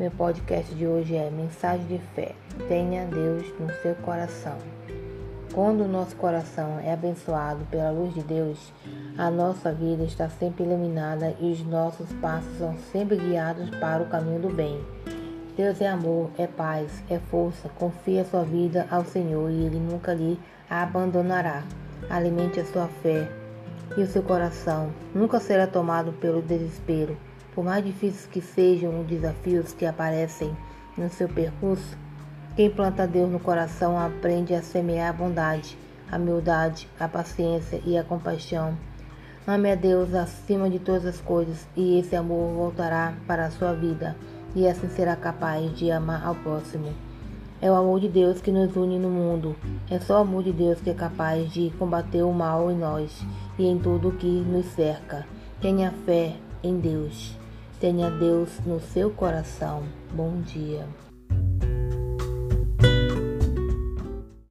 meu podcast de hoje é Mensagem de Fé. Tenha Deus no seu coração. Quando o nosso coração é abençoado pela luz de Deus, a nossa vida está sempre iluminada e os nossos passos são sempre guiados para o caminho do bem. Deus é amor, é paz, é força. Confie a sua vida ao Senhor e Ele nunca lhe abandonará. Alimente a sua fé e o seu coração nunca será tomado pelo desespero. Por mais difíceis que sejam os desafios que aparecem no seu percurso, quem planta Deus no coração aprende a semear a bondade, a humildade, a paciência e a compaixão. Ame a Deus acima de todas as coisas e esse amor voltará para a sua vida e assim será capaz de amar ao próximo. É o amor de Deus que nos une no mundo. É só o amor de Deus que é capaz de combater o mal em nós e em tudo que nos cerca. Tenha fé em Deus. Tenha Deus no seu coração. Bom dia.